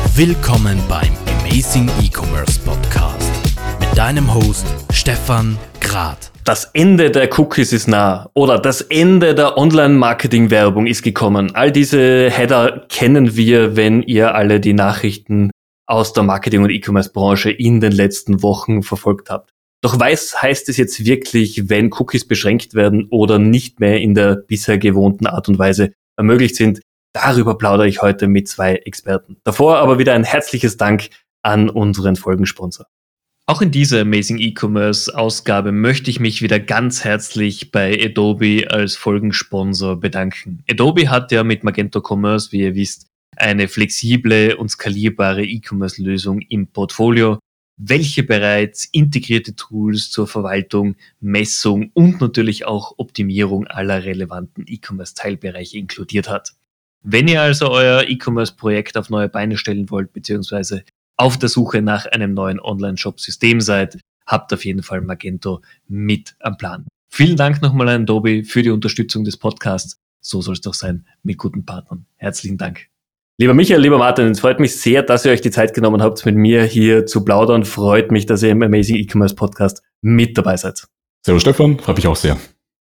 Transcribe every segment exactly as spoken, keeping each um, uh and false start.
Willkommen beim Amazing E-Commerce Podcast mit deinem Host Stefan Grad. Das Ende der Cookies ist nah oder das Ende der Online-Marketing-Werbung ist gekommen. All diese Header kennen wir, wenn ihr alle die Nachrichten aus der Marketing- und E-Commerce-Branche in den letzten Wochen verfolgt habt. Doch was heißt es jetzt wirklich, wenn Cookies beschränkt werden oder nicht mehr in der bisher gewohnten Art und Weise ermöglicht sind? Darüber plaudere ich heute mit zwei Experten. Davor aber wieder ein herzliches Dank an unseren Folgensponsor. Auch in dieser Amazing E-Commerce Ausgabe möchte ich mich wieder ganz herzlich bei Adobe als Folgensponsor bedanken. Adobe hat ja mit Magento Commerce, wie ihr wisst, eine flexible und skalierbare E-Commerce-Lösung im Portfolio, welche bereits integrierte Tools zur Verwaltung, Messung und natürlich auch Optimierung aller relevanten E-Commerce-Teilbereiche inkludiert hat. Wenn ihr also euer E-Commerce-Projekt auf neue Beine stellen wollt, beziehungsweise auf der Suche nach einem neuen Online-Shop-System seid, habt auf jeden Fall Magento mit am Plan. Vielen Dank nochmal an Adobe für die Unterstützung des Podcasts. So soll es doch sein mit guten Partnern. Herzlichen Dank. Lieber Michael, lieber Martin, es freut mich sehr, dass ihr euch die Zeit genommen habt, mit mir hier zu plaudern. Freut mich, dass ihr im Amazing E-Commerce Podcast mit dabei seid. Servus Stefan, freut mich auch sehr.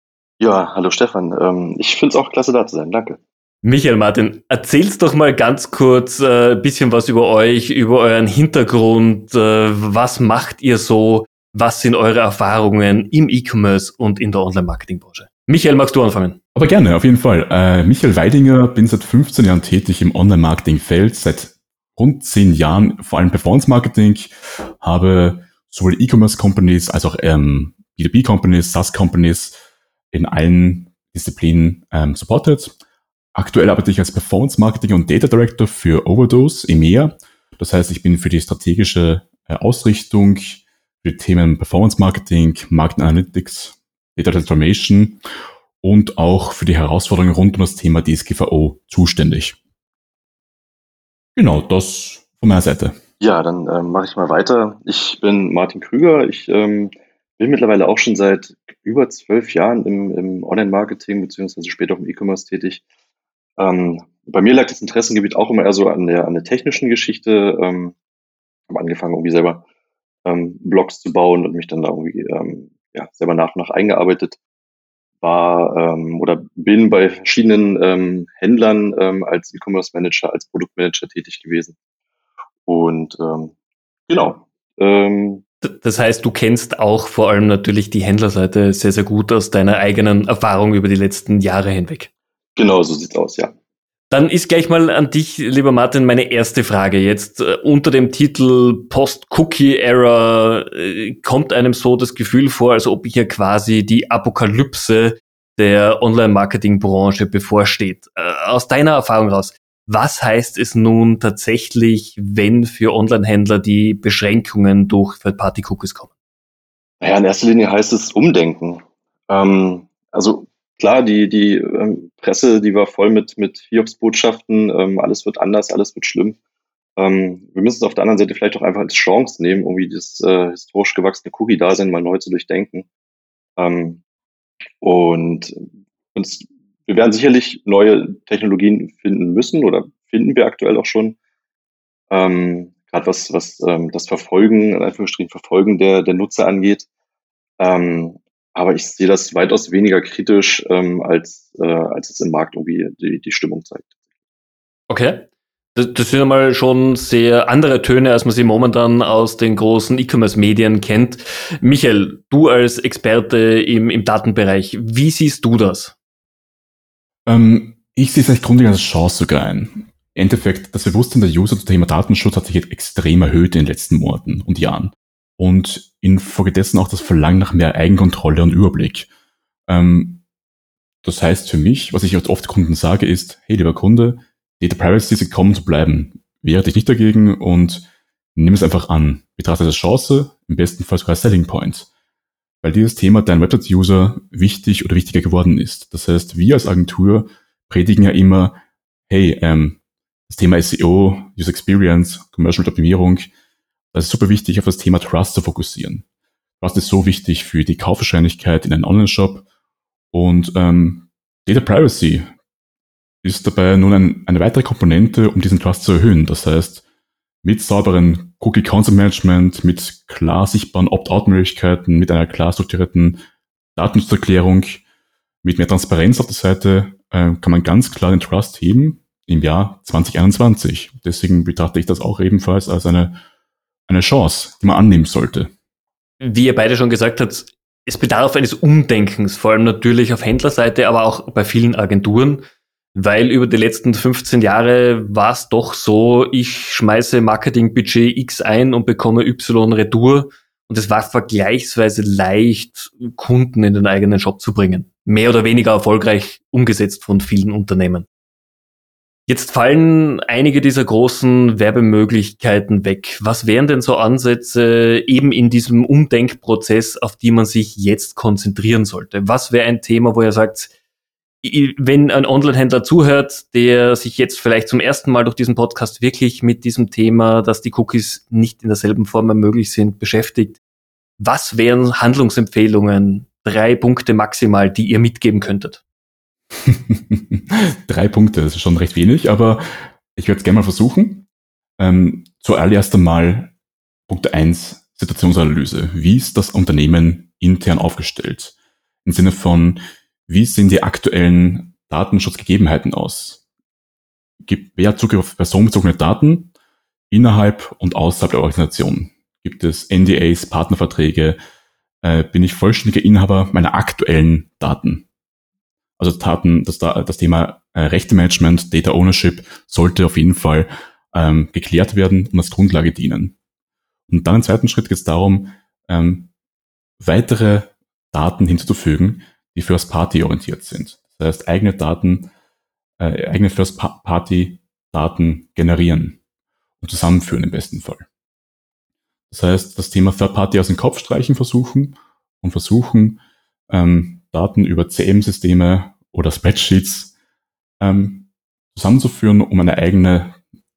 Ja, hallo Stefan. Ähm, ich finde es auch klasse, da zu sein. Danke. Michael, Martin, erzähl's doch mal ganz kurz ein äh, bisschen was über euch, über euren Hintergrund. Äh, was macht ihr so? Was sind eure Erfahrungen im E-Commerce und in der Online-Marketing-Branche? Michael, magst du anfangen? Aber gerne, auf jeden Fall. Äh, Michael Weidinger, bin seit fünfzehn Jahren tätig im Online-Marketing-Feld, seit rund zehn Jahren vor allem Performance-Marketing, habe sowohl E-Commerce-Companies als auch ähm, B zwei B-Companies, SaaS-Companies in allen Disziplinen ähm, supportet. Aktuell arbeite ich als Performance Marketing und Data Director für Overdose E M E A. Das heißt, ich bin für die strategische äh, Ausrichtung, für die Themen Performance Marketing, Market Analytics, Data Transformation und auch für die Herausforderungen rund um das Thema D S G V O zuständig. Genau, das von meiner Seite. Ja, dann ähm, mache ich mal weiter. Ich bin Martin Krüger. Ich ähm, bin mittlerweile auch schon seit über zwölf Jahren im, im Online-Marketing beziehungsweise später auch im E-Commerce tätig. Ähm, bei mir lag das Interessengebiet auch immer eher so an der, an der technischen Geschichte. Ähm, habe angefangen, irgendwie selber ähm, Blogs zu bauen und mich dann da irgendwie ähm, ja, selber nach und nach eingearbeitet. War ähm, oder bin bei verschiedenen ähm, Händlern ähm, als E-Commerce-Manager, als Produktmanager tätig gewesen. Und ähm, genau. Ähm, Das heißt, du kennst auch vor allem natürlich die Händlerseite sehr, sehr gut aus deiner eigenen Erfahrung über die letzten Jahre hinweg. Genau, so sieht's aus, ja. Dann ist gleich mal an dich, lieber Martin, meine erste Frage jetzt. Äh, unter dem Titel Post-Cookie-Era äh, kommt einem so das Gefühl vor, als ob hier quasi die Apokalypse der Online-Marketing-Branche bevorsteht. Äh, aus deiner Erfahrung raus, was heißt es nun tatsächlich, wenn für Online-Händler die Beschränkungen durch Third-Party-Cookies kommen? Naja, in erster Linie heißt es Umdenken. Ähm, also klar, die, die ähm, Presse, die war voll mit, mit Hiobsbotschaften, ähm, alles wird anders, alles wird schlimm. Ähm, wir müssen es auf der anderen Seite vielleicht auch einfach als Chance nehmen, irgendwie das äh, historisch gewachsene Cookie-Dasein mal neu zu durchdenken. Ähm, und uns, wir werden sicherlich neue Technologien finden müssen oder finden wir aktuell auch schon. Ähm, Gerade was, was ähm, das Verfolgen, in Anführungsstrichen Verfolgen der, der Nutzer angeht. Ähm, aber ich sehe das weitaus weniger kritisch, ähm, als, äh, als es im Markt irgendwie die, die Stimmung zeigt. Okay. Das, das sind einmal schon sehr andere Töne, als man sie momentan aus den großen E-Commerce-Medien kennt. Michael, du als Experte im, im Datenbereich, wie siehst du das? Ähm, ich sehe es eigentlich grundlegend als Chance sogar ein. Im Endeffekt, das Bewusstsein der User zum Thema Datenschutz hat sich jetzt extrem erhöht in den letzten Monaten und Jahren. Und infolgedessen auch das Verlangen nach mehr Eigenkontrolle und Überblick. Ähm, das heißt für mich, was ich oft Kunden sage, ist, hey, lieber Kunde, Data Privacy ist gekommen zu bleiben. Wehre dich nicht dagegen und nimm es einfach an. Betrachte es als Chance, im besten Fall sogar als Selling Point. Weil dieses Thema dein Website-User wichtig oder wichtiger geworden ist. Das heißt, wir als Agentur predigen ja immer, hey, ähm, das Thema S E O, User Experience, Commercial Optimierung, das ist super wichtig, auf das Thema Trust zu fokussieren. Trust ist so wichtig für die Kaufwahrscheinlichkeit in einem Online-Shop und ähm, Data Privacy ist dabei nun ein, eine weitere Komponente, um diesen Trust zu erhöhen. Das heißt, mit sauberen Cookie-Content-Management, mit klar sichtbaren Opt-out-Möglichkeiten, mit einer klar strukturierten Datenschutzerklärung, mit mehr Transparenz auf der Seite äh, kann man ganz klar den Trust heben im Jahr zwanzig einundzwanzig. Deswegen betrachte ich das auch ebenfalls als eine, eine Chance, die man annehmen sollte. Wie ihr beide schon gesagt habt, es bedarf eines Umdenkens, vor allem natürlich auf Händlerseite, aber auch bei vielen Agenturen, weil über die letzten fünfzehn Jahre war es doch so, ich schmeiße Marketingbudget X ein und bekomme Y Retour und es war vergleichsweise leicht, Kunden in den eigenen Shop zu bringen. Mehr oder weniger erfolgreich umgesetzt von vielen Unternehmen. Jetzt fallen einige dieser großen Werbemöglichkeiten weg. Was wären denn so Ansätze eben in diesem Umdenkprozess, auf die man sich jetzt konzentrieren sollte? Was wäre ein Thema, wo ihr sagt, wenn ein Online-Händler zuhört, der sich jetzt vielleicht zum ersten Mal durch diesen Podcast wirklich mit diesem Thema, dass die Cookies nicht in derselben Form mehr möglich sind, beschäftigt, was wären Handlungsempfehlungen, drei Punkte maximal, die ihr mitgeben könntet? Drei Punkte, das ist schon recht wenig, aber ich werde es gerne mal versuchen. Ähm, zuallererst einmal Punkt eins, Situationsanalyse. Wie ist das Unternehmen intern aufgestellt? Im Sinne von, wie sehen die aktuellen Datenschutzgegebenheiten aus? Gibt, wer hat Zugriff auf personenbezogene Daten innerhalb und außerhalb der Organisation? Gibt es N D As, Partnerverträge? Äh, bin ich vollständiger Inhaber meiner aktuellen Daten? Also Daten, das, das Thema äh, Rechtemanagement, Data Ownership sollte auf jeden Fall ähm, geklärt werden und als Grundlage dienen. Und dann im zweiten Schritt geht es darum, ähm, weitere Daten hinzuzufügen, die First-Party orientiert sind. Das heißt, eigene Daten, äh, eigene First-Party-Daten generieren und zusammenführen im besten Fall. Das heißt, das Thema Third-Party aus dem Kopf streichen versuchen und versuchen, ähm, Daten über C R M-Systeme oder Spreadsheets ähm, zusammenzuführen, um eine eigene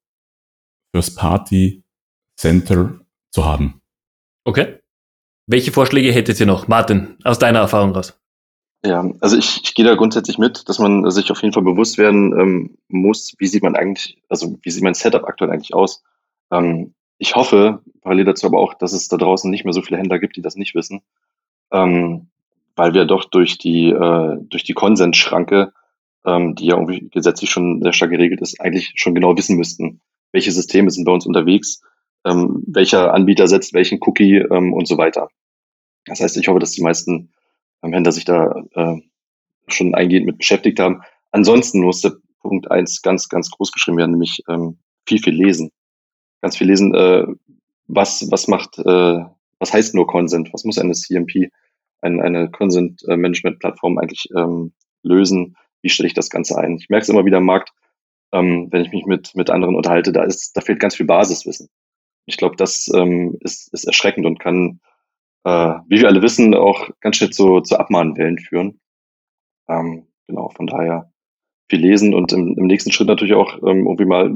First-Party-Center zu haben. Okay. Welche Vorschläge hättet ihr noch? Martin, aus deiner Erfahrung raus. Ja, also ich, ich gehe da grundsätzlich mit, dass man sich auf jeden Fall bewusst werden ähm, muss, wie sieht man eigentlich, also wie sieht mein Setup aktuell eigentlich aus. Ähm, ich hoffe, parallel dazu aber auch, dass es da draußen nicht mehr so viele Händler gibt, die das nicht wissen. Ähm, weil wir doch durch die äh, durch die Consent-Schranke, ähm, die ja irgendwie gesetzlich schon sehr stark geregelt ist, eigentlich schon genau wissen müssten, welche Systeme sind bei uns unterwegs, ähm, welcher Anbieter setzt welchen Cookie ähm, und so weiter. Das heißt, ich hoffe, dass die meisten ähm, Händler sich da äh, schon eingehend mit beschäftigt haben. Ansonsten muss der Punkt eins ganz, ganz groß geschrieben werden, nämlich ähm, viel, viel lesen. Ganz viel lesen, äh, was was macht, äh, was heißt nur Consent, was muss eine C M P, ein, eine Consent-Management-Plattform eigentlich ähm, lösen, wie stelle ich das Ganze ein. Ich merke es immer wieder am Markt, ähm, wenn ich mich mit mit anderen unterhalte, da ist, da fehlt ganz viel Basiswissen. Ich glaube, das ähm, ist, ist erschreckend und kann, äh, wie wir alle wissen, auch ganz schnell zu, zu Abmahnwellen führen. Ähm, genau, von daher viel lesen und im, im nächsten Schritt natürlich auch ähm, irgendwie mal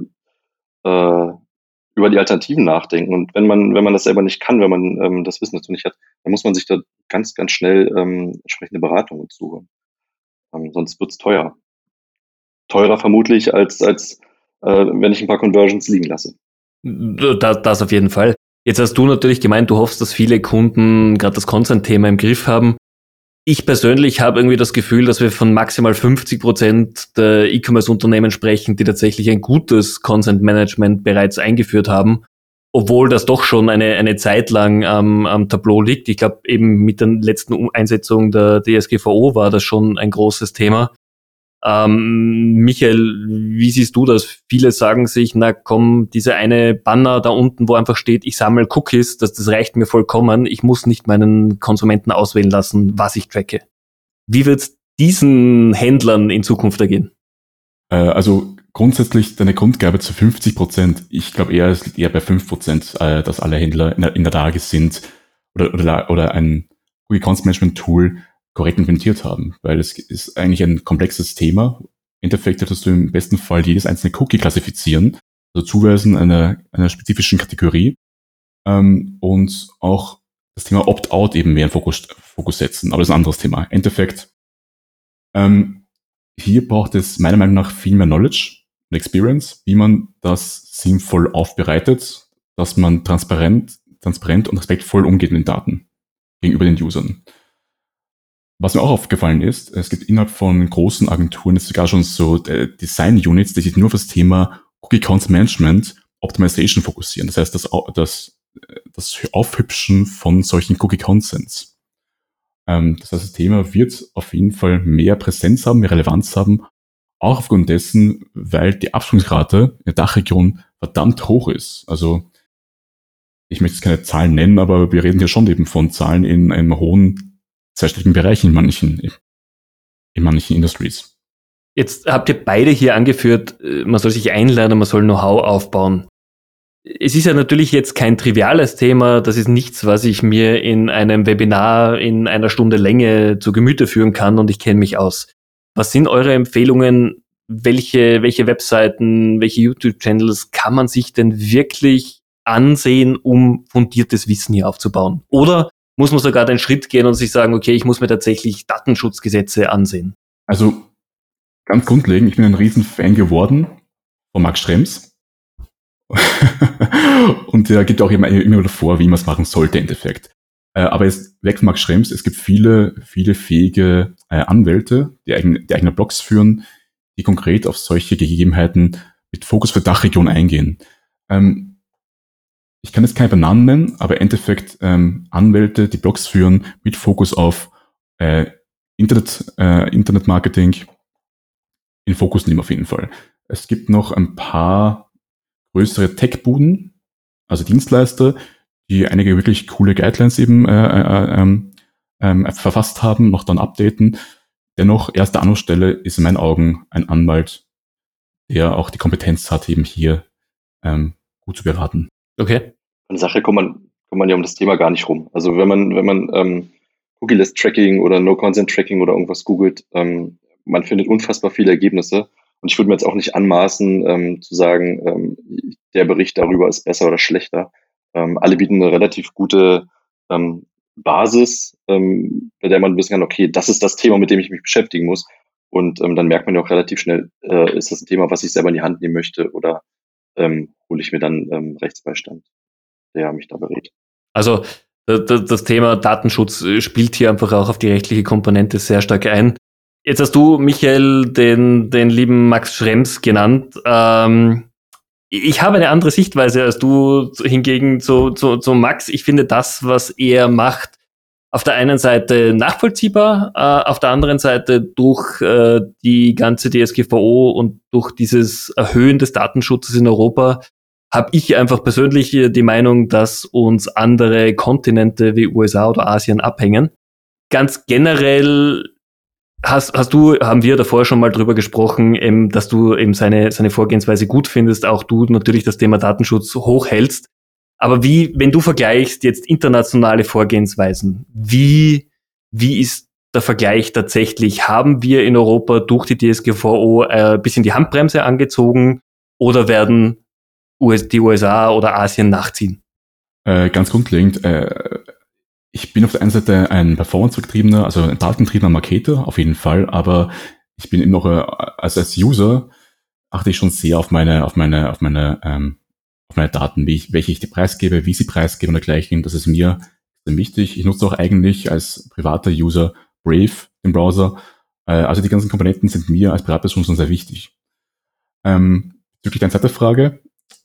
äh, über die Alternativen nachdenken. Und wenn man, wenn man das selber nicht kann, wenn man ähm, das Wissen dazu nicht hat, dann muss man sich da ganz, ganz schnell ähm, entsprechende Beratungen zuholen. Ähm, sonst wird's teuer. Teurer vermutlich, als, als äh, wenn ich ein paar Conversions liegen lasse. Das, das auf jeden Fall. Jetzt hast du natürlich gemeint, du hoffst, dass viele Kunden gerade das Consent-Thema im Griff haben. Ich persönlich habe irgendwie das Gefühl, dass wir von maximal fünfzig Prozent der E-Commerce-Unternehmen sprechen, die tatsächlich ein gutes Consent-Management bereits eingeführt haben, obwohl das doch schon eine eine Zeit lang ähm, am Tableau liegt. Ich glaube, eben mit der letzten Einsetzung der D S G V O war das schon ein großes Thema. Ähm, Michael, wie siehst du das? Viele sagen sich, na komm, diese eine Banner da unten, wo einfach steht, ich sammle Cookies, das, das reicht mir vollkommen. Ich muss nicht meinen Konsumenten auswählen lassen, was ich tracke. Wie wird es diesen Händlern in Zukunft ergehen? Äh, also grundsätzlich deine Grundgabe zu fünfzig Prozent. Ich glaube eher, es liegt eher bei fünf Prozent, äh, dass alle Händler in der, in der Lage sind oder, oder, oder ein Cookie Consent Management Tool korrekt implementiert haben, weil es ist eigentlich ein komplexes Thema. Im Endeffekt solltest du im besten Fall jedes einzelne Cookie klassifizieren, also zuweisen einer, einer spezifischen Kategorie ähm, und auch das Thema Opt-out eben mehr in Fokus, Fokus setzen. Aber das ist ein anderes Thema. Im Endeffekt, ähm, hier braucht es meiner Meinung nach viel mehr Knowledge Experience, wie man das sinnvoll aufbereitet, dass man transparent, transparent und respektvoll umgeht mit den Daten gegenüber den Usern. Was mir auch aufgefallen ist, es gibt innerhalb von großen Agenturen jetzt sogar schon so Design-Units, die sich nur auf das Thema Cookie Count Management, Optimization fokussieren. Das heißt, das, das, das Aufhübschen von solchen Cookie Contents. Ähm, das heißt, das Thema wird auf jeden Fall mehr Präsenz haben, mehr Relevanz haben, auch aufgrund dessen, weil die Absprungsrate in der Dachregion verdammt hoch ist. Also ich möchte jetzt keine Zahlen nennen, aber wir reden hier schon eben von Zahlen in einem hohen zweistelligen Bereich in manchen, in manchen Industries. Jetzt habt ihr beide hier angeführt, man soll sich einlernen, man soll Know-how aufbauen. Es ist ja natürlich jetzt kein triviales Thema, das ist nichts, was ich mir in einem Webinar in einer Stunde Länge zu Gemüte führen kann und ich kenne mich aus. Was sind eure Empfehlungen? Welche, welche Webseiten, welche YouTube-Channels kann man sich denn wirklich ansehen, um fundiertes Wissen hier aufzubauen? Oder muss man sogar den Schritt gehen und sich sagen, okay, ich muss mir tatsächlich Datenschutzgesetze ansehen? Also ganz grundlegend, ich bin ein Riesenfan geworden von Max Schrems. Und der gibt auch immer, immer wieder vor, wie man es machen sollte im Endeffekt. Äh, aber jetzt weg von Max Schrems, es gibt viele, viele fähige äh, Anwälte, die eigene, die eigene Blogs führen, die konkret auf solche Gegebenheiten mit Fokus für Dachregion eingehen. Ähm, Ich kann jetzt keine Namen nennen, aber im Endeffekt ähm, Anwälte, die Blogs führen, mit Fokus auf äh, Internet, äh, Internetmarketing in Fokus nehmen auf jeden Fall. Es gibt noch ein paar größere Tech-Buden, also Dienstleister, die einige wirklich coole Guidelines eben äh, äh, ähm, äh, verfasst haben, noch dann updaten. Dennoch, erste Anlaufstelle ist in meinen Augen ein Anwalt, der auch die Kompetenz hat, eben hier ähm, gut zu beraten. Okay. Eine Sache kommt man, kommt man ja um das Thema gar nicht rum. Also wenn man, wenn man ähm, Cookie-List-Tracking oder No-Consent-Tracking oder irgendwas googelt, ähm, man findet unfassbar viele Ergebnisse. Und ich würde mir jetzt auch nicht anmaßen, ähm, zu sagen, ähm, der Bericht darüber ist besser oder schlechter. Ähm, alle bieten eine relativ gute ähm, Basis, ähm, bei der man wissen kann, okay, das ist das Thema, mit dem ich mich beschäftigen muss. Und ähm, dann merkt man ja auch relativ schnell, äh, ist das ein Thema, was ich selber in die Hand nehmen möchte oder ähm, hole ich mir dann ähm, Rechtsbeistand, der mich da berät. Also das Thema Datenschutz spielt hier einfach auch auf die rechtliche Komponente sehr stark ein. Jetzt hast du, Michael, den, den lieben Max Schrems genannt. Ähm, ich habe eine andere Sichtweise als du hingegen zu, zu, zu Max. Ich finde das, was er macht, auf der einen Seite nachvollziehbar, äh, auf der anderen Seite durch äh, die ganze D S G V O und durch dieses Erhöhen des Datenschutzes in Europa habe ich einfach persönlich die Meinung, dass uns andere Kontinente wie U S A oder Asien abhängen. Ganz generell hast, hast du, haben wir davor schon mal drüber gesprochen, eben, dass du eben seine, seine Vorgehensweise gut findest, auch du natürlich das Thema Datenschutz hochhältst. Aber wie, wenn du vergleichst jetzt internationale Vorgehensweisen, wie, wie ist der Vergleich tatsächlich? Haben wir in Europa durch die D S G V O ein äh, bisschen die Handbremse angezogen oder werden die U S A oder Asien nachziehen? Äh, ganz grundlegend, äh, ich bin auf der einen Seite ein Performance-getriebener, also ein datengetriebener Marketer, auf jeden Fall, aber ich bin eben noch, äh, also als User achte ich schon sehr auf meine, auf meine, auf meine, ähm, auf meine Daten, wie ich, welche ich die preisgebe, wie sie preisgeben und dergleichen. Das ist mir sehr wichtig. Ich nutze auch eigentlich als privater User Brave, den Browser. Äh, also die ganzen Komponenten sind mir als Privatperson schon sehr wichtig. Ähm, bezüglich deiner zweiten Frage,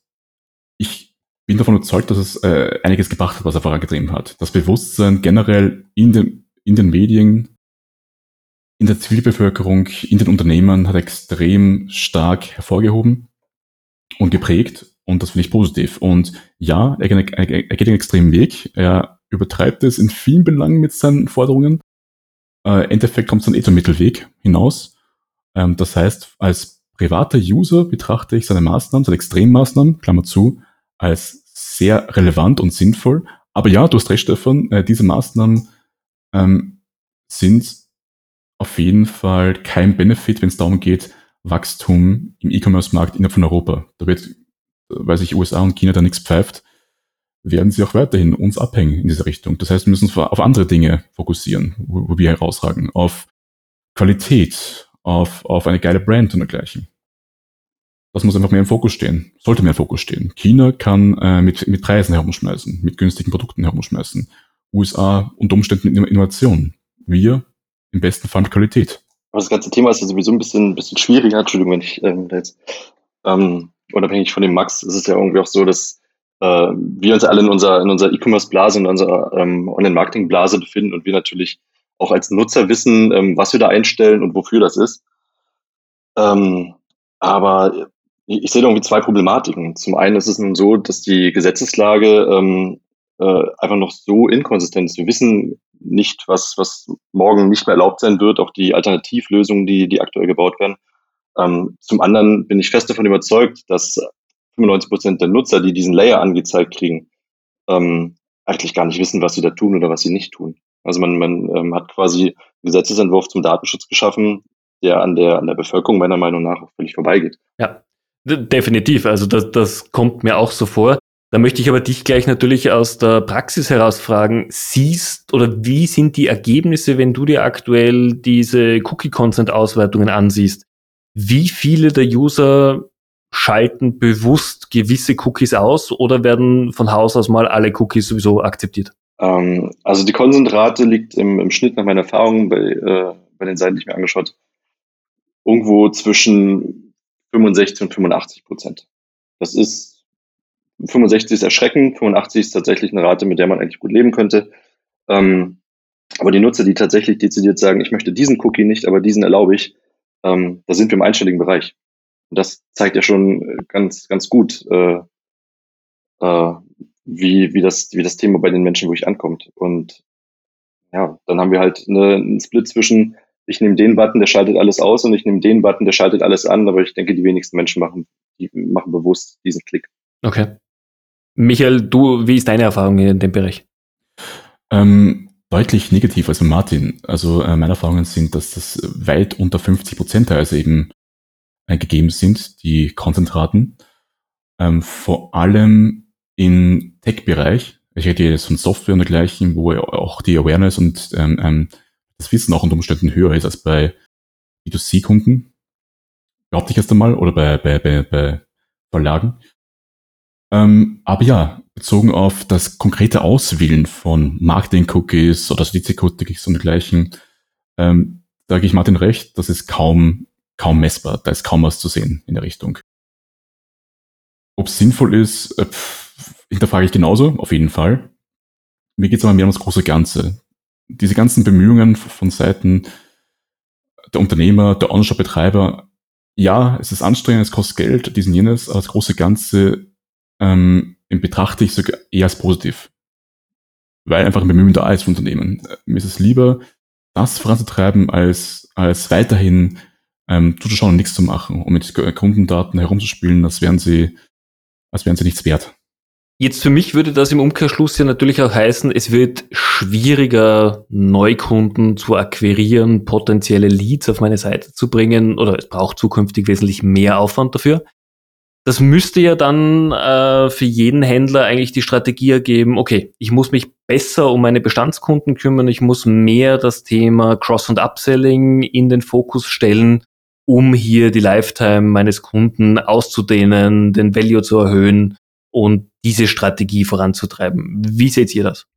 ich bin davon überzeugt, dass es äh, einiges gebracht hat, was er vorangetrieben hat. Das Bewusstsein generell in den, in den Medien, in der Zivilbevölkerung, in den Unternehmen hat extrem stark hervorgehoben und geprägt. Und das finde ich positiv. Und ja, er, er, er geht einen extremen Weg. Er übertreibt es in vielen Belangen mit seinen Forderungen. Äh, Im Endeffekt kommt es dann eh zum Mittelweg hinaus. Ähm, das heißt, als privater User betrachte ich seine Maßnahmen, seine Extremmaßnahmen, Klammer zu, als sehr relevant und sinnvoll. Aber ja, du hast recht, Stefan, äh, diese Maßnahmen ähm, sind auf jeden Fall kein Benefit, wenn es darum geht, Wachstum im E-Commerce-Markt innerhalb von Europa. Da wird, weil sich U S A und China da nichts pfeift, werden sie auch weiterhin uns abhängen in diese Richtung. Das heißt, wir müssen uns auf andere Dinge fokussieren, wo, wo wir herausragen. Auf Qualität, auf, auf eine geile Brand und dergleichen. Das muss einfach mehr im Fokus stehen. Sollte mehr im Fokus stehen. China kann äh, mit, mit Preisen herumschmeißen, mit günstigen Produkten herumschmeißen. U S A unter Umständen mit Innovation. Wir im besten Fall mit Qualität. Aber das ganze Thema ist ja sowieso ein bisschen, bisschen schwieriger. Entschuldigung, wenn ich ähm, da jetzt ähm, unabhängig von dem Max, ist es ja irgendwie auch so, dass äh, wir uns alle in unserer, in unserer E-Commerce-Blase, in unserer ähm, Online-Marketing-Blase befinden und wir natürlich auch als Nutzer wissen, ähm, was wir da einstellen und wofür das ist. Ähm, aber ich, ich sehe da irgendwie zwei Problematiken. Zum einen ist es nun so, dass die Gesetzeslage ähm, äh, einfach noch so inkonsistent ist. Wir wissen nicht, was, was morgen nicht mehr erlaubt sein wird, auch die Alternativlösungen, die, die aktuell gebaut werden. Ähm, zum anderen bin ich fest davon überzeugt, dass fünfundneunzig Prozent der Nutzer, die diesen Layer angezeigt kriegen, ähm, eigentlich gar nicht wissen, was sie da tun oder was sie nicht tun. Also man, man ähm, hat quasi einen Gesetzesentwurf zum Datenschutz geschaffen, der an der, an der Bevölkerung meiner Meinung nach auch völlig vorbeigeht. Ja, d- definitiv. Also das, das kommt mir auch so vor. Da möchte ich aber dich gleich natürlich aus der Praxis heraus fragen, siehst oder wie sind die Ergebnisse, wenn du dir aktuell diese Cookie-Consent-Auswertungen ansiehst? Wie viele der User schalten bewusst gewisse Cookies aus oder werden von Haus aus mal alle Cookies sowieso akzeptiert? Ähm, also die Konsentrate liegt im, im Schnitt nach meiner Erfahrung bei, äh, bei den Seiten, die ich mir angeschaut, irgendwo zwischen fünfundsechzig und fünfundachtzig Prozent. Das ist, fünfundsechzig ist erschreckend, fünfundachtzig ist tatsächlich eine Rate, mit der man eigentlich gut leben könnte. Ähm, aber die Nutzer, die tatsächlich dezidiert sagen, ich möchte diesen Cookie nicht, aber diesen erlaube ich, ähm, da sind wir im einstelligen Bereich. Und das zeigt ja schon ganz, ganz gut, äh, äh, wie, wie, das, wie das Thema bei den Menschen wirklich ankommt. Und ja, dann haben wir halt eine, einen Split zwischen, ich nehme den Button, der schaltet alles aus und ich nehme den Button, der schaltet alles an, aber ich denke, die wenigsten Menschen machen, die machen bewusst diesen Klick. Okay. Michael, du, wie ist deine Erfahrung in dem Bereich? Ähm, deutlich negativ als Martin. Also äh, meine Erfahrungen sind, dass das weit unter fünfzig Prozent also eben äh, gegeben sind, die Konzentraten. Ähm, vor allem im Tech-Bereich. Ich rede jetzt von Software und dergleichen, wo auch die Awareness und ähm, ähm, das Wissen auch unter Umständen höher ist als bei B zwei C-Kunden. Behaupte ich erst einmal, oder bei, bei, bei, bei Verlagen. Ähm, aber ja, bezogen auf das konkrete Auswählen von Marketing-Cookies oder Statistik-Cookies und dergleichen, ähm, da gehe ich Martin recht, das ist kaum, kaum messbar. Da ist kaum was zu sehen in der Richtung. Ob es sinnvoll ist, äh, pff, hinterfrage ich genauso, auf jeden Fall. Mir geht es aber mehr um das große Ganze. Diese ganzen Bemühungen von Seiten der Unternehmer, der Online-Shop-Betreiber, ja, es ist anstrengend, es kostet Geld, dies und jenes, aber das große Ganze ähm, betrachte ich sogar eher als positiv. Weil einfach ein Bemühen da ist für Unternehmen. Mir ist es lieber, das voranzutreiben, als, als weiterhin ähm, zuzuschauen und nichts zu machen und mit Kundendaten herumzuspielen, als wären sie, als wären sie nichts wert. Jetzt für mich würde das im Umkehrschluss ja natürlich auch heißen, es wird schwieriger, Neukunden zu akquirieren, potenzielle Leads auf meine Seite zu bringen, oder es braucht zukünftig wesentlich mehr Aufwand dafür. Das müsste ja dann äh, für jeden Händler eigentlich die Strategie ergeben, okay, ich muss mich besser um meine Bestandskunden kümmern, ich muss mehr das Thema Cross- und Upselling in den Fokus stellen, um hier die Lifetime meines Kunden auszudehnen, den Value zu erhöhen und diese Strategie voranzutreiben. Wie seht ihr das?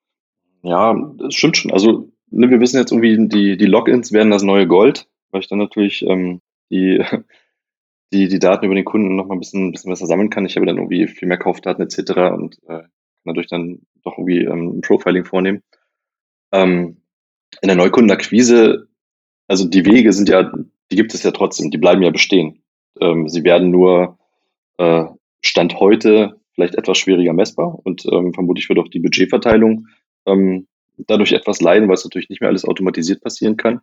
Ja, das stimmt schon. Also ne, wir wissen jetzt irgendwie, die, die Logins werden das neue Gold, weil ich dann natürlich ähm, die, die, die Daten über den Kunden noch mal ein bisschen, ein bisschen besser sammeln kann. Ich habe dann irgendwie viel mehr Kaufdaten et cetera und äh, kann dadurch dann doch irgendwie ähm, ein Profiling vornehmen. Ähm, in der Neukundenakquise, also die Wege sind ja, die gibt es ja trotzdem, die bleiben ja bestehen. Ähm, sie werden nur äh, Stand heute vielleicht etwas schwieriger messbar und ähm, vermutlich wird auch die Budgetverteilung ähm, dadurch etwas leiden, weil es natürlich nicht mehr alles automatisiert passieren kann.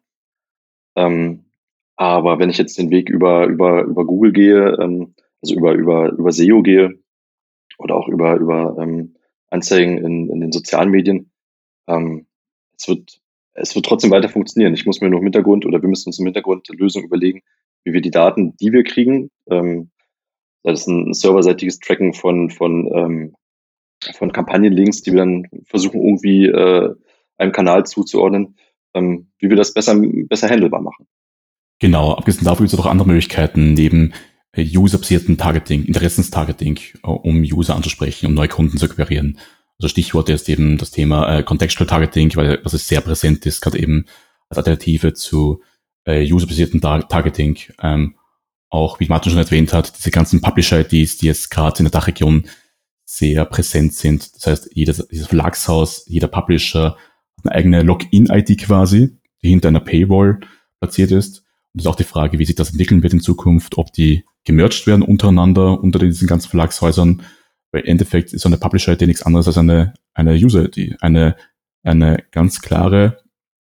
Ähm, aber wenn ich jetzt den Weg über, über, über Google gehe, ähm, also über, über, über S E O gehe oder auch über, über ähm, Anzeigen in, in den sozialen Medien, ähm, es wird, es wird trotzdem weiter funktionieren. Ich muss mir nur im Hintergrund oder wir müssen uns im Hintergrund Lösungen überlegen, wie wir die Daten, die wir kriegen, ähm, das ist ein serverseitiges Tracken von, von, ähm, von Kampagnenlinks, die wir dann versuchen irgendwie äh, einem Kanal zuzuordnen, ähm, wie wir das besser, besser handelbar machen. Genau, abgesehen davon gibt es auch andere Möglichkeiten, neben userbasierten Targeting, Interessenstargeting, um User anzusprechen, um neue Kunden zu akquirieren. Also Stichwort ist eben das Thema äh, Contextual Targeting, weil was es sehr präsent ist, gerade eben als Alternative zu äh, userbasierten Tar- Targeting. Ähm, auch, wie Martin schon erwähnt hat, diese ganzen Publisher-I Ds, die jetzt gerade in der Dachregion sehr präsent sind. Das heißt, jedes, jedes Verlagshaus, jeder Publisher hat eine eigene Login-I D quasi, die hinter einer Paywall platziert ist. Und es ist auch die Frage, wie sich das entwickeln wird in Zukunft, ob die gemerged werden untereinander, unter diesen ganzen Verlagshäusern. Weil im Endeffekt ist so eine Publisher-I D nichts anderes als eine, eine User-I D. Eine, eine ganz klare,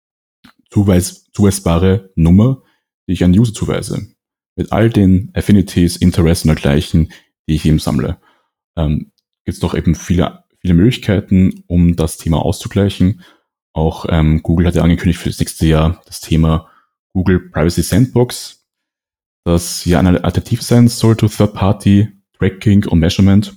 zuweis, zuweisbare Nummer, die ich an User zuweise. Mit all den Affinities, Interessen und dergleichen, die ich eben sammle. Ähm, gibt es doch eben viele, viele Möglichkeiten, um das Thema auszugleichen. Auch ähm, Google hat ja angekündigt für das nächste Jahr das Thema Google Privacy Sandbox, das ja eine Alternative sein soll zu Third-Party Tracking und Measurement.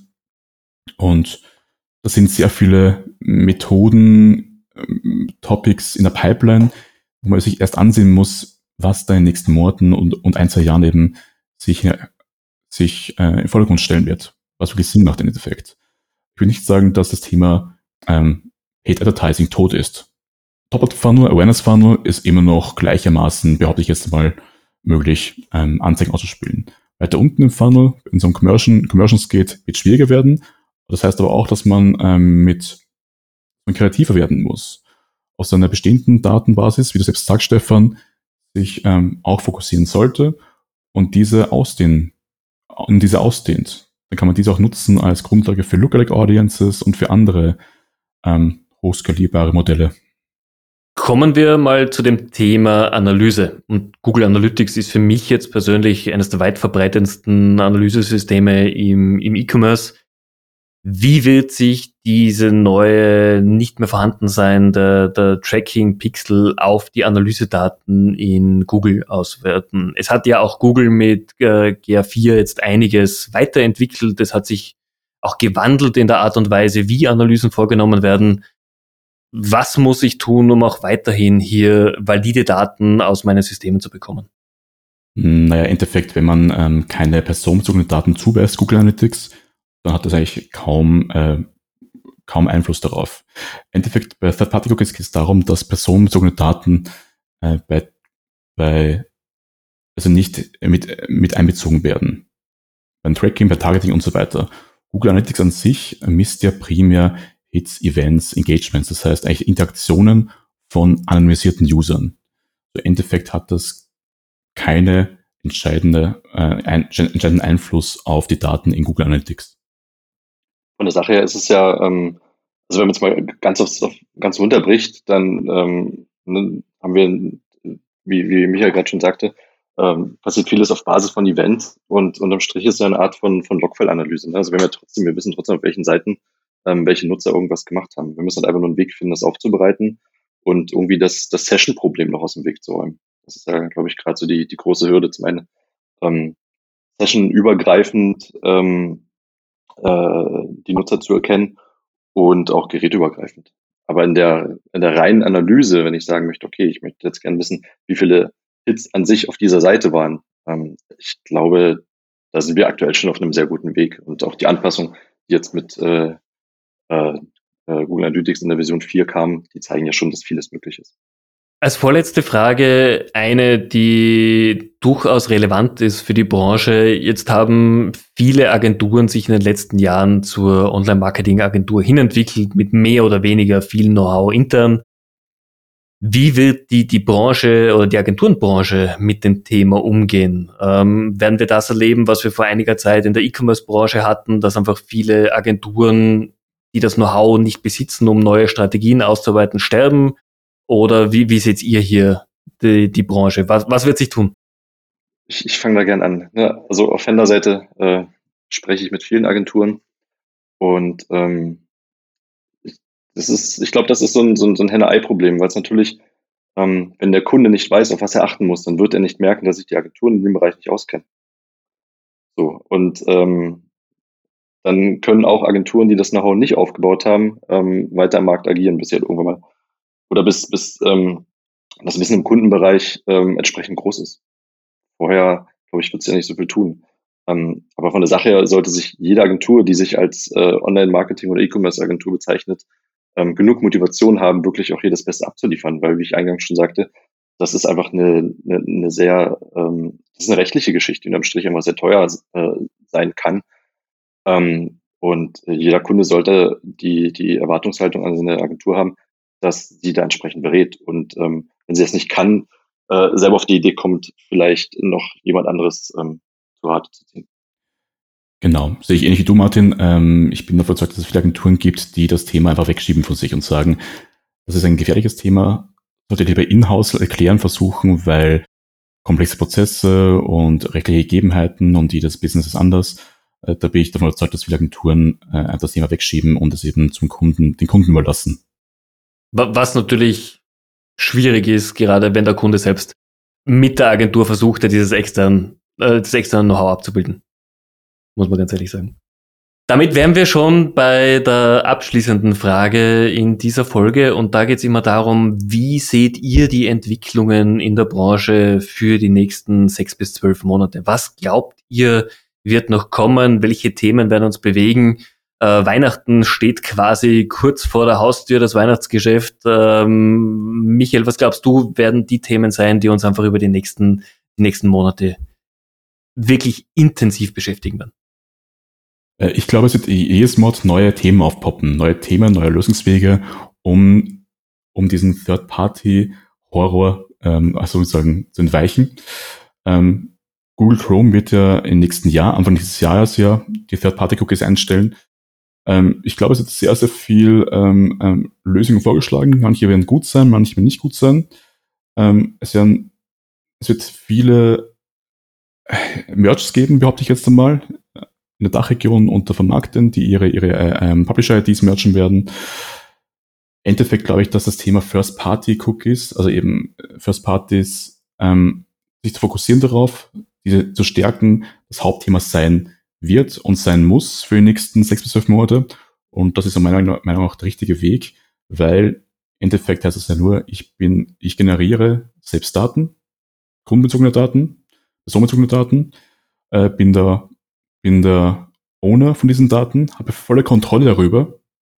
Und das sind sehr viele Methoden, ähm, Topics in der Pipeline, wo man sich erst ansehen muss, was da in den nächsten Monaten und, und ein, zwei Jahren eben sich, sich äh, in den Vordergrund stellen wird, was wirklich Sinn macht im Endeffekt. Ich will nicht sagen, dass das Thema ähm, Hate Advertising tot ist. Top-of-Funnel, Awareness-Funnel ist immer noch gleichermaßen, behaupte ich jetzt mal, möglich, ähm, Anzeigen auszuspielen. Weiter unten im Funnel, in so einem Conversion, Conversions geht, wird schwieriger werden. Das heißt aber auch, dass man ähm, mit man kreativer werden muss. Aus einer bestehenden Datenbasis, wie du selbst sagst, Stefan, sich ähm, auch fokussieren sollte und diese ausdehnen, und diese ausdehnt. Dann kann man diese auch nutzen als Grundlage für Lookalike Audiences und für andere ähm, hochskalierbare Modelle. Kommen wir mal zu dem Thema Analyse. Und Google Analytics ist für mich jetzt persönlich eines der weit verbreitetsten Analysesysteme im, im E-Commerce. Wie wird sich diese neue, nicht mehr vorhanden sein, der, der Tracking-Pixel auf die Analysedaten in Google auswerten? Es hat ja auch Google mit äh, G A vier jetzt einiges weiterentwickelt. Es hat sich auch gewandelt in der Art und Weise, wie Analysen vorgenommen werden. Was muss ich tun, um auch weiterhin hier valide Daten aus meinen Systemen zu bekommen? Naja, im Endeffekt, wenn man ähm, keine personenbezogenen Daten zuweist, Google Analytics, dann hat das eigentlich kaum, äh, kaum Einfluss darauf. Im Endeffekt, bei Third-Party-Cookies geht es darum, dass personenbezogene Daten äh, bei, bei, also nicht mit, mit einbezogen werden. Beim Tracking, bei Targeting und so weiter. Google Analytics an sich misst ja primär Hits, Events, Engagements, das heißt eigentlich Interaktionen von anonymisierten Usern. So im Endeffekt hat das keine entscheidende, äh, ein, entscheidenden Einfluss auf die Daten in Google Analytics. Von der Sache her ist es ja, ähm, also wenn man es mal ganz aufs, auf, ganz runterbricht, dann ähm, ne, haben wir, wie, wie Michael gerade schon sagte, ähm, passiert vieles auf Basis von Events und unterm Strich ist ja eine Art von, von Logfile-Analyse. Ne? Also wir haben ja trotzdem, wir wissen trotzdem, auf welchen Seiten ähm, welche Nutzer irgendwas gemacht haben. Wir müssen halt einfach nur einen Weg finden, das aufzubereiten und irgendwie das, das Session-Problem noch aus dem Weg zu räumen. Das ist ja, glaube ich, gerade so die, die große Hürde. Zum einen ähm, Session-übergreifend ähm, äh, die Nutzer zu erkennen und auch geräteübergreifend. Aber in der, in der reinen Analyse, wenn ich sagen möchte, okay, ich möchte jetzt gerne wissen, wie viele Hits an sich auf dieser Seite waren, ähm, ich glaube, da sind wir aktuell schon auf einem sehr guten Weg. Und auch die Anpassung, die jetzt mit äh, äh, Google Analytics in der Version vier kam, die zeigen ja schon, dass vieles möglich ist. Als vorletzte Frage eine, die durchaus relevant ist für die Branche. Jetzt haben viele Agenturen sich in den letzten Jahren zur Online-Marketing-Agentur hinentwickelt, mit mehr oder weniger viel Know-how intern. Wie wird die, die Branche oder die Agenturenbranche mit dem Thema umgehen? Ähm, werden wir das erleben, was wir vor einiger Zeit in der E-Commerce-Branche hatten, dass einfach viele Agenturen, die das Know-how nicht besitzen, um neue Strategien auszuarbeiten, sterben? Oder wie, wie seht ihr hier die, die Branche? Was, was wird sich tun? Ich, ich fange da gern an. Ne? Also auf Vendor-Seite äh, spreche ich mit vielen Agenturen und ähm, ich, das ist, ich glaube, das ist so ein, so ein, so ein Henne-Ei-Problem, weil es natürlich, ähm, wenn der Kunde nicht weiß, auf was er achten muss, dann wird er nicht merken, dass sich die Agenturen in dem Bereich nicht auskennen. So, und ähm, dann können auch Agenturen, die das Know-how nicht aufgebaut haben, ähm, weiter am Markt agieren, bis sie halt irgendwann mal, oder bis, bis ähm, das Wissen im Kundenbereich ähm, entsprechend groß ist. Vorher, glaube ich, wird es ja nicht so viel tun. Ähm, aber von der Sache her sollte sich jede Agentur, die sich als äh, Online-Marketing- oder E-Commerce-Agentur bezeichnet, ähm, genug Motivation haben, wirklich auch hier das Beste abzuliefern. Weil, wie ich eingangs schon sagte, das ist einfach eine, eine, eine sehr, ähm, das ist eine rechtliche Geschichte, die unterm Strich einfach sehr teuer äh, sein kann. Ähm, und jeder Kunde sollte die, die Erwartungshaltung an seine Agentur haben, dass sie da entsprechend berät. Und ähm, wenn sie das nicht kann, äh, selber auf die Idee kommt, vielleicht noch jemand anderes ähm, zu Rate zu ziehen. Genau, sehe ich ähnlich wie du, Martin. Ähm, ich bin davon überzeugt, dass es viele Agenturen gibt, die das Thema einfach wegschieben von sich und sagen, das ist ein gefährliches Thema, sollte lieber in-house erklären versuchen, weil komplexe Prozesse und rechtliche Gegebenheiten und jedes Business ist anders. Äh, da bin ich davon überzeugt, dass viele Agenturen äh, das Thema wegschieben und es eben zum Kunden, den Kunden überlassen. Was natürlich schwierig ist, gerade wenn der Kunde selbst mit der Agentur versucht, dieses extern, äh, das externe Know-how abzubilden. Muss man ganz ehrlich sagen. Damit wären wir schon bei der abschließenden Frage in dieser Folge und da geht es immer darum, wie seht ihr die Entwicklungen in der Branche für die nächsten sechs bis zwölf Monate? Was glaubt ihr, wird noch kommen? Welche Themen werden uns bewegen? Äh, Weihnachten steht quasi kurz vor der Haustür, das Weihnachtsgeschäft. Ähm, Michael, was glaubst du, werden die Themen sein, die uns einfach über die nächsten, die nächsten Monate wirklich intensiv beschäftigen werden? Ich glaube, es wird jedes Mal neue Themen aufpoppen, neue Themen, neue Lösungswege, um, um diesen Third-Party-Horror, ähm, also sozusagen zu entweichen. Ähm, Google Chrome wird ja im nächsten Jahr, Anfang dieses Jahres ja, die Third-Party-Cookies einstellen. Ähm, ich glaube, es wird sehr, sehr viel ähm, ähm, Lösungen vorgeschlagen. Manche werden gut sein, manche werden nicht gut sein. Ähm, es werden, es wird viele Merges geben, behaupte ich jetzt einmal, in der Dachregion unter Vermarktern, die ihre, ihre ähm, Publisher-I Ds merchen werden. Im Endeffekt glaube ich, dass das Thema First-Party-Cookies, also eben First-Parties, ähm, sich zu fokussieren darauf, diese zu stärken, das Hauptthema sein wird und sein muss für die nächsten sechs bis zwölf Monate. Und das ist meiner Meinung nach der richtige Weg, weil im Endeffekt heißt es ja nur, ich bin, ich generiere selbst Daten, kundenbezogene Daten, personenbezogene Daten, äh, bin da bin der Owner von diesen Daten, habe volle Kontrolle darüber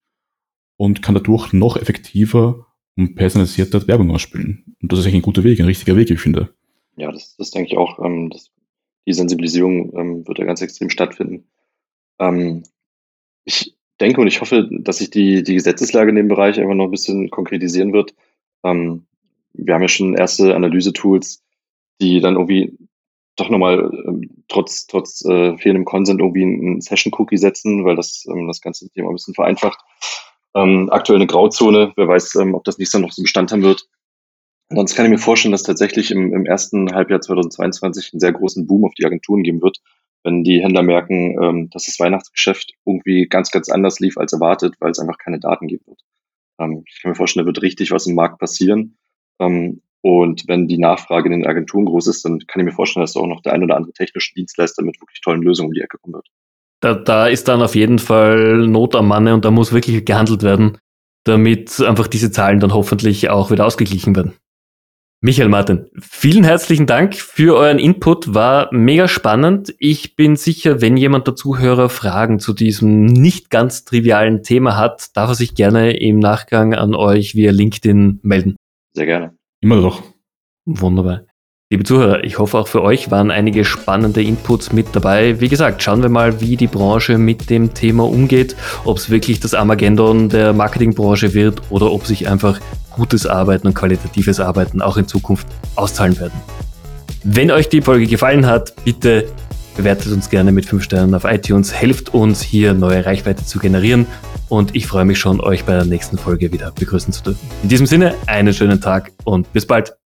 und kann dadurch noch effektiver und personalisierter Werbung ausspielen. Und das ist eigentlich ein guter Weg, ein richtiger Weg, ich finde. Ja, das, das denke ich auch. Ähm, das, die Sensibilisierung ähm, wird da ganz extrem stattfinden. Ähm, ich denke und ich hoffe, dass sich die, die Gesetzeslage in dem Bereich einfach noch ein bisschen konkretisieren wird. Ähm, wir haben ja schon erste Analyse-Tools, die dann irgendwie doch nochmal ähm, trotz, trotz äh, fehlendem Consent irgendwie einen Session-Cookie setzen, weil das ähm, das ganze Thema ein bisschen vereinfacht. Ähm, aktuell eine Grauzone, wer weiß, ähm, ob das nächstes Jahr noch so Bestand haben wird. Ansonsten kann ich mir vorstellen, dass tatsächlich im, im ersten Halbjahr zweitausendzweiundzwanzig einen sehr großen Boom auf die Agenturen geben wird, wenn die Händler merken, ähm, dass das Weihnachtsgeschäft irgendwie ganz, ganz anders lief als erwartet, weil es einfach keine Daten geben wird. Ähm, ich kann mir vorstellen, da wird richtig was im Markt passieren. Ähm, Und wenn die Nachfrage in den Agenturen groß ist, dann kann ich mir vorstellen, dass auch noch der ein oder andere technische Dienstleister mit wirklich tollen Lösungen um die Ecke kommen wird. Da, da ist dann auf jeden Fall Not am Manne und da muss wirklich gehandelt werden, damit einfach diese Zahlen dann hoffentlich auch wieder ausgeglichen werden. Michael, Martin, vielen herzlichen Dank für euren Input, war mega spannend. Ich bin sicher, wenn jemand der Zuhörer Fragen zu diesem nicht ganz trivialen Thema hat, darf er sich gerne im Nachgang an euch via LinkedIn melden. Sehr gerne. Immer doch. Wunderbar. Liebe Zuhörer, ich hoffe auch für euch waren einige spannende Inputs mit dabei. Wie gesagt, schauen wir mal, wie die Branche mit dem Thema umgeht, ob es wirklich das Armageddon der Marketingbranche wird oder ob sich einfach gutes Arbeiten und qualitatives Arbeiten auch in Zukunft auszahlen werden. Wenn euch die Folge gefallen hat, bitte bewertet uns gerne mit fünf Sternen auf iTunes, helft uns hier neue Reichweite zu generieren und ich freue mich schon, euch bei der nächsten Folge wieder begrüßen zu dürfen. In diesem Sinne, einen schönen Tag und bis bald.